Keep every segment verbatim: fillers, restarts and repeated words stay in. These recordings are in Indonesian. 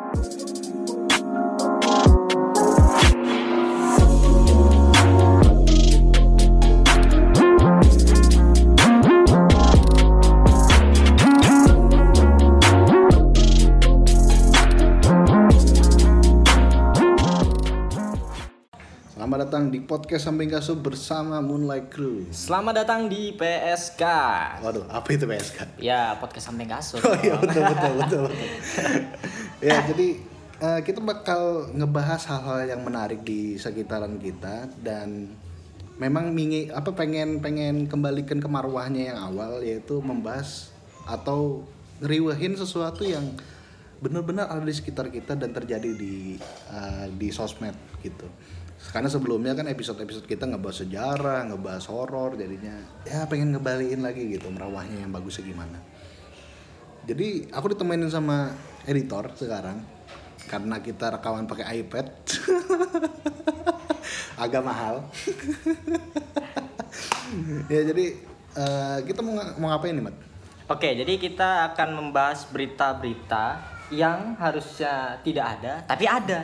Selamat datang di podcast Samping Kasur bersama Moonlight Crew. Selamat datang di P S K. Waduh, apa itu P S K? Ya, podcast Samping Kasur. Oh iya, betul betul betul. betul. Ya, jadi uh, kita bakal ngebahas hal-hal yang menarik di sekitaran kita dan memang mingi apa pengen pengen kembalikan ke marwahnya yang awal, yaitu membahas atau ngeriwehin sesuatu yang benar-benar ada di sekitar kita dan terjadi di uh, di sosmed gitu. Karena sebelumnya kan episode-episode kita ngebahas sejarah, ngebahas horor, jadinya ya pengen ngebalikin lagi gitu merawahnya yang bagusnya gimana. Jadi aku ditemenin sama editor sekarang karena kita rekaman pakai iPad. Agak mahal. Ya jadi uh, kita mau mau ngapain nih, Mat? Oke, jadi kita akan membahas berita-berita yang harusnya tidak ada, tapi ada.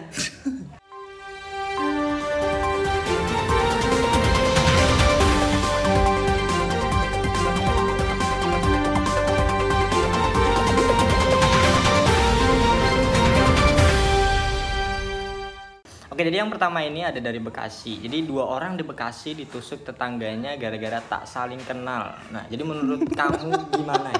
Oke, jadi yang pertama ini ada dari Bekasi. Jadi dua orang di Bekasi ditusuk tetangganya gara-gara tak saling kenal. Nah, jadi menurut kamu gimana ya?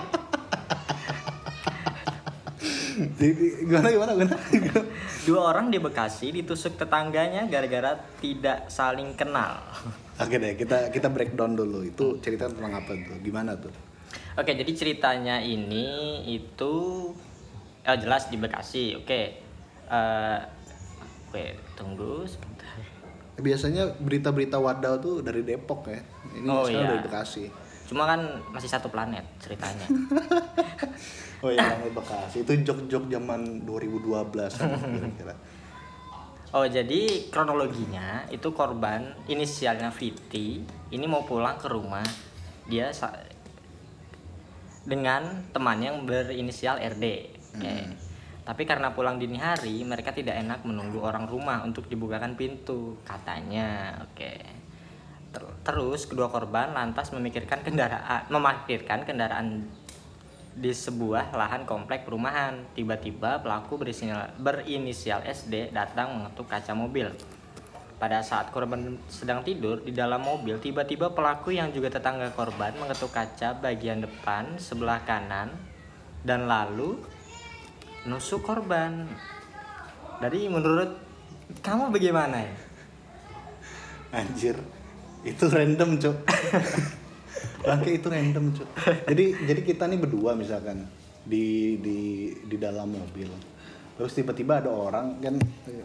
Jadi gimana gimana gimana? Dua orang di Bekasi ditusuk tetangganya gara-gara tidak saling kenal. Oke deh, kita kita breakdown dulu. Itu cerita tentang apa tuh? Gimana tuh? Oke, jadi ceritanya ini itu oh, jelas di Bekasi. Oke. Uh, Oke, tunggu sebentar. Biasanya berita-berita wadaw tuh dari Depok ya. Ini oh, sekarang iya. dari Bekasi. Cuma kan masih satu planet ceritanya. Oh iya, dari Bekasi. Itu jok-jok zaman dua ribu dua belas kira-kira. Oh, jadi kronologinya itu korban inisialnya Fiti ini mau pulang ke rumah dia sa- dengan teman yang berinisial R D. Oke. Okay. Hmm. Tapi karena pulang dini hari, mereka tidak enak menunggu orang rumah untuk dibukakan pintu, katanya. Oke. Ter- terus kedua korban lantas memikirkan kendaraan, memarkirkan kendaraan di sebuah lahan komplek perumahan. Tiba-tiba pelaku berinisial, berinisial S D datang mengetuk kaca mobil. Pada saat korban sedang tidur di dalam mobil, tiba-tiba pelaku yang juga tetangga korban mengetuk kaca bagian depan sebelah kanan dan lalu nusuk korban. Dari menurut kamu bagaimana ya? Anjir, itu random cok. Bangke itu random cok. Jadi jadi kita nih berdua misalkan di di di dalam mobil. Terus tiba-tiba ada orang kan,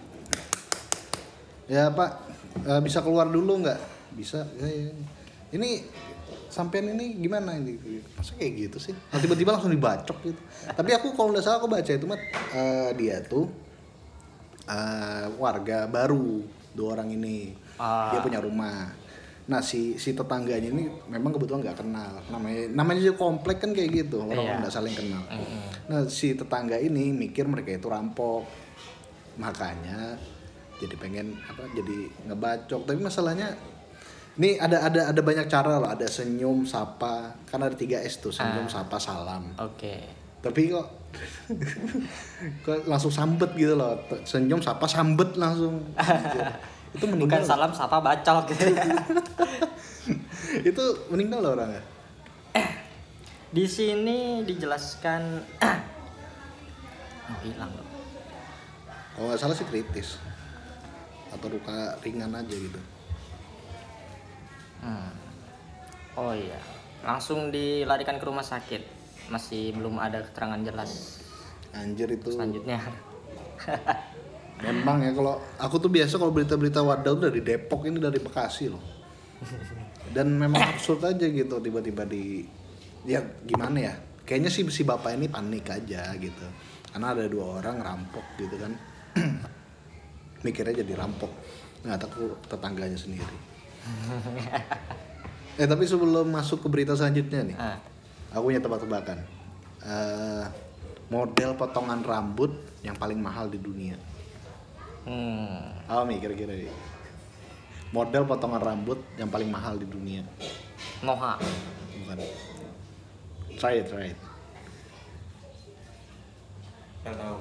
ya Pak bisa keluar dulu nggak? Bisa. Ya, ya. Ini sampean ini gimana ini? Masa kayak gitu sih? Nah, tiba-tiba langsung dibacok gitu. Tapi aku kalau nggak salah aku baca itu Mat, uh, dia tuh uh, warga baru, dua orang ini. Ah. Dia punya rumah. Nah si si tetangganya ini memang kebetulan nggak kenal. Namanya namanya juga komplek kan kayak gitu, orang-orang nggak saling kenal. Mm-hmm. Nah si tetangga ini mikir mereka itu rampok, makanya jadi pengen apa? Jadi ngebacok. Tapi masalahnya ini ada ada ada banyak cara loh, ada senyum, sapa, kan ada tiga S tuh, senyum, ah. sapa, salam. Oke. Okay. Tapi kok kok langsung sambet gitu loh, senyum, sapa, sambet langsung. Itu meninggal. Bukan salam, sapa, bacok gitu. Itu meninggal loh orangnya. Eh, di sini dijelaskan oh, hilang loh. Kalau nggak salah sih kritis atau luka ringan aja gitu. Hmm. Oh iya, langsung dilarikan ke rumah sakit. Masih belum ada keterangan jelas. Anjir itu. Selanjutnya. Memang ya kalau aku tuh biasa kalau berita-berita wadaw dari Depok, ini dari Bekasi loh. Dan memang absurd aja gitu tiba-tiba di ya gimana ya? Kayaknya sih si bapak ini panik aja gitu. Karena ada dua orang rampok gitu kan. Mikirnya jadi rampok. Nggak tahu tetangganya sendiri. Eh tapi sebelum masuk ke berita selanjutnya nih, ah. aku punya tebak-tebakan. Uh, model potongan rambut yang paling mahal di dunia. Hmm. Apa nih kira-kira nih? Model potongan rambut yang paling mahal di dunia. Moha. Bukan. Try it, try it. Gak tahu.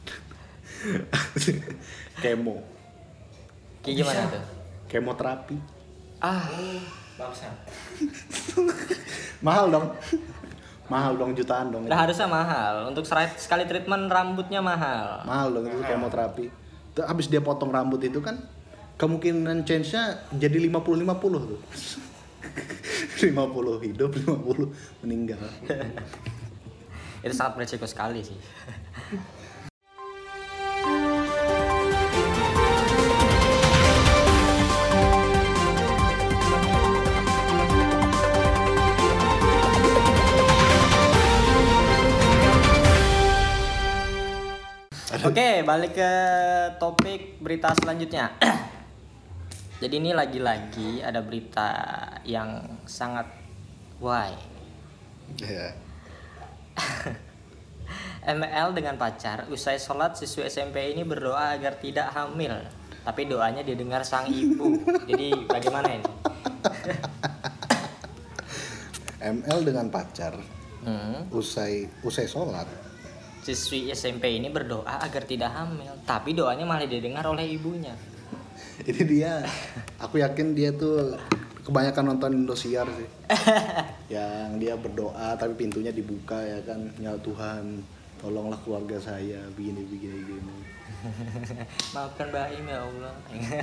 Kemo. Kayak gimana tuh? Kemoterapi. Ah, bangsa. Mahal dong. Mahal dong, jutaan dong. Udah harusnya mahal. Untuk sekali treatment rambutnya mahal. Mahal dong itu kemoterapi. Tuh habis dia potong rambut itu kan kemungkinan change-nya jadi lima puluh lima puluh tuh. lima puluh hidup, lima puluh meninggal. Itu sangat beresiko sekali sih. Oke, balik ke topik berita selanjutnya. Jadi ini lagi-lagi ada berita yang sangat why. Yeah. M L dengan pacar usai sholat siswi S M P ini berdoa agar tidak hamil, tapi doanya didengar sang ibu. Jadi bagaimana ini? M L dengan pacar Hmm. usai usai sholat. Siswi S M P ini berdoa agar tidak hamil, tapi doanya malah didengar oleh ibunya. Ini dia, aku yakin dia tuh kebanyakan nonton Indosiar sih. Yang dia berdoa tapi pintunya dibuka ya kan, ya Tuhan tolonglah keluarga saya begini begini begini. Maafkan Baim ya Allah.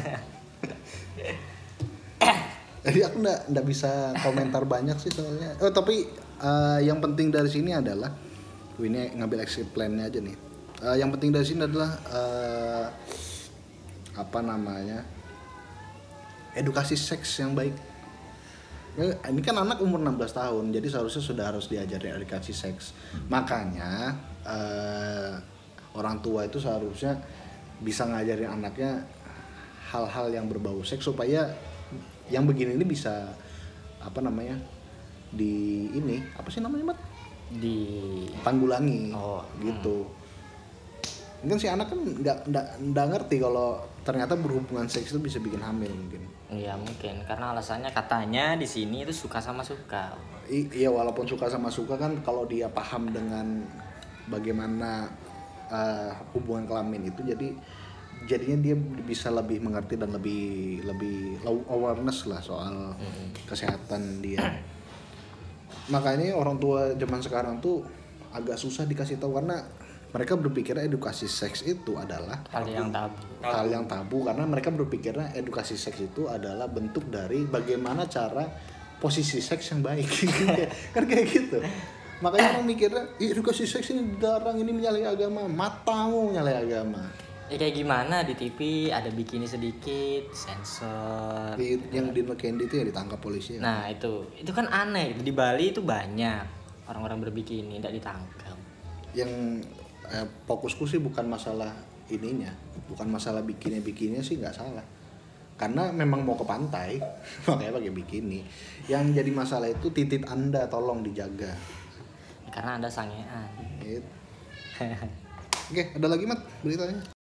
Jadi aku nggak nggak bisa komentar banyak sih soalnya. Oh tapi uh, yang penting dari sini adalah, ini ngambil exit plan-nya aja nih. Uh, yang penting dari sini adalah uh, apa namanya, edukasi seks yang baik. Ini kan anak umur enam belas tahun, jadi seharusnya sudah harus diajari edukasi seks. Makanya uh, orang tua itu seharusnya bisa ngajarin anaknya hal-hal yang berbau seks supaya yang begini ini bisa apa namanya di ini apa sih namanya Mat? Di Tanggulangi. Oh, gitu. Mungkin si anak kan nggak nggak nggak ngerti kalau ternyata berhubungan seks itu bisa bikin hamil mungkin. Iya mungkin karena alasannya katanya di sini itu suka sama suka. I, iya walaupun suka sama suka kan kalau dia paham dengan bagaimana uh, hubungan kelamin itu jadi jadinya dia bisa lebih mengerti dan lebih lebih awareness lah soal mm-hmm. kesehatan dia. Makanya orang tua zaman sekarang tuh agak susah dikasih tahu karena mereka berpikirnya edukasi seks itu adalah hal yang tabu. Hal yang tabu karena mereka berpikirnya edukasi seks itu adalah bentuk dari bagaimana cara posisi seks yang baik. Kan kayak gitu. Makanya orang mikirnya edukasi seks ini dilarang, ini menyalahi agama. Matamu menyalahi agama. Ya kayak gimana di T V ada bikini sedikit, sensor. Di, yang di Candy itu ya ditangkap polisi. Ya. Nah itu, itu kan aneh. Di Bali itu banyak orang-orang berbikini tidak ditangkap. Yang eh, fokusku sih bukan masalah ininya, bukan masalah bikini-bikininya sih nggak salah. Karena memang mau ke pantai, makanya pakai bikini. Yang jadi masalah itu titik Anda tolong dijaga. Karena Anda sangean. Gitu. Oke, ada lagi Mat beritanya?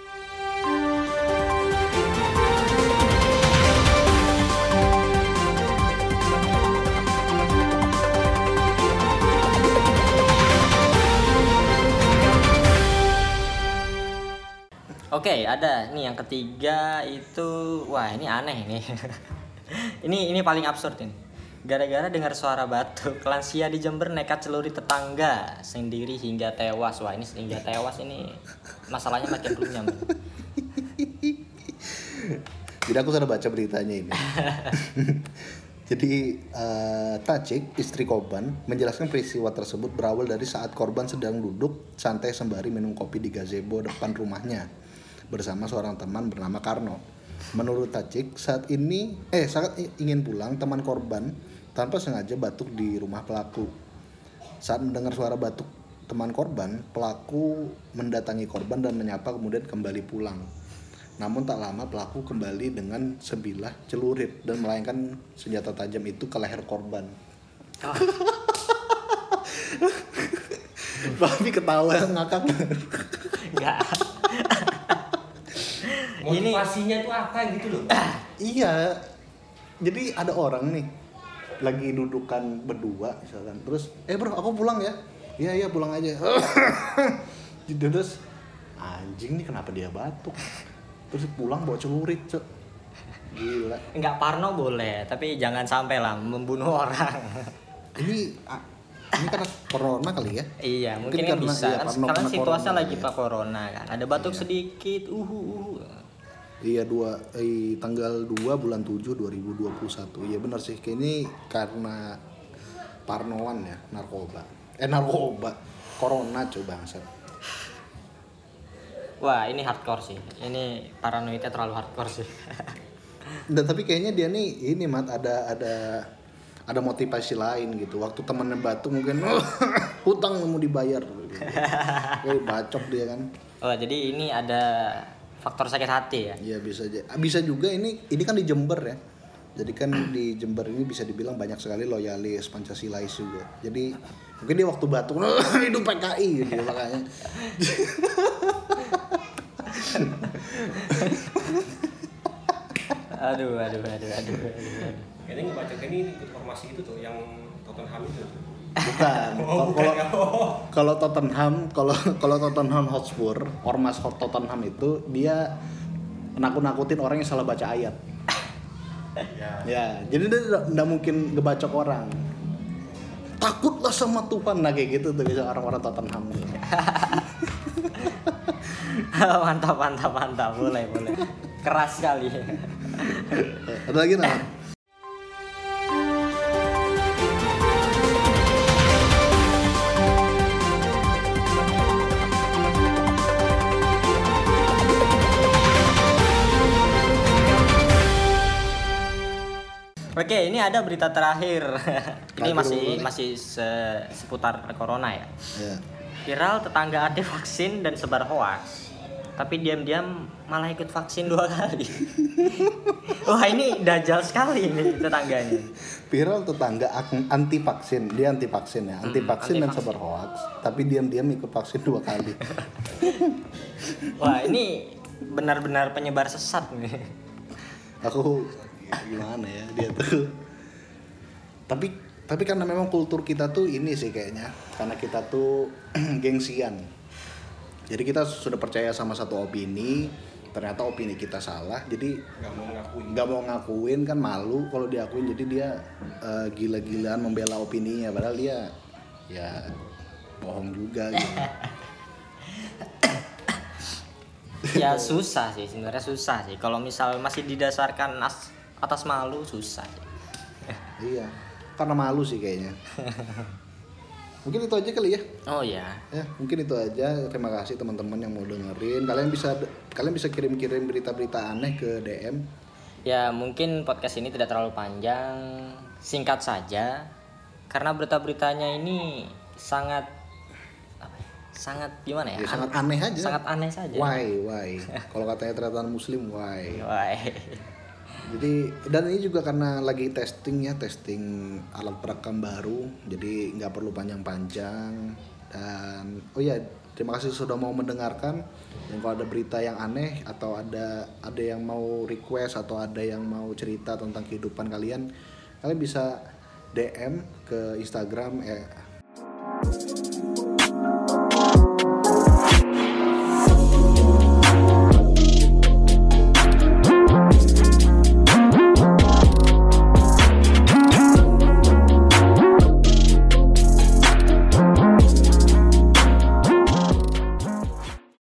Oke, okay, ada nih yang ketiga itu, wah ini aneh ini. ini ini paling absurd ini. Gara-gara dengar suara batuk, lansia di Jember nekat celuri tetangga sendiri hingga tewas. Wah ini hingga tewas ini masalahnya makin runyam. Jadi aku sudah baca beritanya ini. Jadi uh, Tajik, istri korban, menjelaskan peristiwa tersebut berawal dari saat korban sedang duduk santai sembari minum kopi di gazebo depan rumahnya bersama seorang teman bernama Karno. Menurut Tajik, saat ini eh saat ingin pulang, teman korban tanpa sengaja batuk di rumah pelaku. Saat mendengar suara batuk teman korban, pelaku mendatangi korban dan menyapa kemudian kembali pulang. Namun tak lama pelaku kembali dengan sebilah celurit dan melayangkan senjata tajam itu ke leher korban. Oh. Babi ketawa ngakak. Enggak. Motivasinya tuh apa gitu loh? Iya. Jadi ada orang nih lagi dudukan berdua misalkan. Terus, "Eh bro, aku pulang ya." "Iya, iya pulang aja." Terus anjing nih kenapa dia batuk? Terus pulang bawa celurit, Cok. Gila. Enggak parno boleh, tapi jangan sampai lah membunuh orang. Ini ah, ini karena corona kali ya? Iya, mungkin, Mungkin kan karena- bisa. iya, Kan parno sekarang karena situasinya corona lagi ya. pak corona kan. Ada batuk Iya. sedikit, uhu uhu. Iya dua eh, tanggal dua bulan tujuh dua ribu dua puluh satu. Iya benar sih. Kayak ini karena parnoan ya, narkoba. Eh narkoba. Corona coba bangsat. Wah, ini hardcore sih. Ini paranoidnya terlalu hardcore sih. Dan tapi kayaknya dia nih ini mat ada ada ada motivasi lain gitu. Waktu temennya batuk mungkin hutang mau dibayar. Gitu. Kayak bacok dia kan. Oh, jadi ini ada faktor sakit hati ya. Iya bisa aja. Bisa juga ini ini kan di Jember ya. Jadi kan di Jember ini bisa dibilang banyak sekali loyalis Pancasilais juga. Jadi mungkin dia waktu batuk hidup P K I gitu makanya. Aduh, aduh, aduh, aduh, aduh. Kayaknya ngebaca ini ikut formasi itu tuh yang Tottenham itu. Bukan. Oh, Kalau bukan ya. Oh. kalau Tottenham, kalau kalau Tottenham Hotspur, ormas Tottenham itu dia nakut-nakutin orang yang salah baca ayat. Ya. Ya, jadi dia nggak mungkin ngebacok orang. Takutlah sama Tuhan, nah kayak gitu tuh bisa orang-orang Tottenham. Mantap, mantap, mantap. Boleh, boleh. Keras sekali. Ada lagi nggak? Oke, ini ada berita terakhir. Ini Terakhir masih boleh. masih se- seputar corona ya. Ya. Viral tetangga anti vaksin dan sebar hoaks. Tapi diam-diam malah ikut vaksin dua kali. Wah, ini dajal sekali ini tetangganya. Viral tetangga ak- anti vaksin, dia anti vaksin ya, anti Hmm, vaksin dan anti-vaksin. sebar hoax, tapi diam-diam ikut vaksin dua kali. Wah, ini benar-benar penyebar sesat nih. Aku gimana ya dia tuh. Tapi tapi karena memang kultur kita tuh ini sih kayaknya, karena kita tuh gengsian. Jadi kita sudah percaya sama satu opini, ternyata opini kita salah, jadi Gak mau ngakuin. nggak mau ngakuin kan malu kalau diakuin, jadi dia eh, gila-gilaan membela opininya padahal dia ya bohong juga gitu. Ya susah sih, sebenarnya susah sih. Kalau misal masih didasarkan as- atas malu susah. Iya, karena malu sih kayaknya. Mungkin itu aja kali ya. Oh ya. Ya, mungkin itu aja. Terima kasih teman-teman yang mau dengerin. Kalian bisa kalian bisa kirim-kirim berita-berita aneh ke D M. Ya mungkin podcast ini tidak terlalu panjang, singkat saja. Karena berita-beritanya ini sangat apa ya, sangat gimana ya? Ya, sangat aneh aja. Sangat aneh saja. Why, why? Kalau katanya ternyata muslim, why? Wah. Jadi dan ini juga karena lagi testing ya, testing alat perekam baru, jadi nggak perlu panjang-panjang. Dan oh ya, terima kasih sudah mau mendengarkan. Dan kalau ada berita yang aneh atau ada ada yang mau request atau ada yang mau cerita tentang kehidupan kalian, kalian bisa D M ke Instagram eh,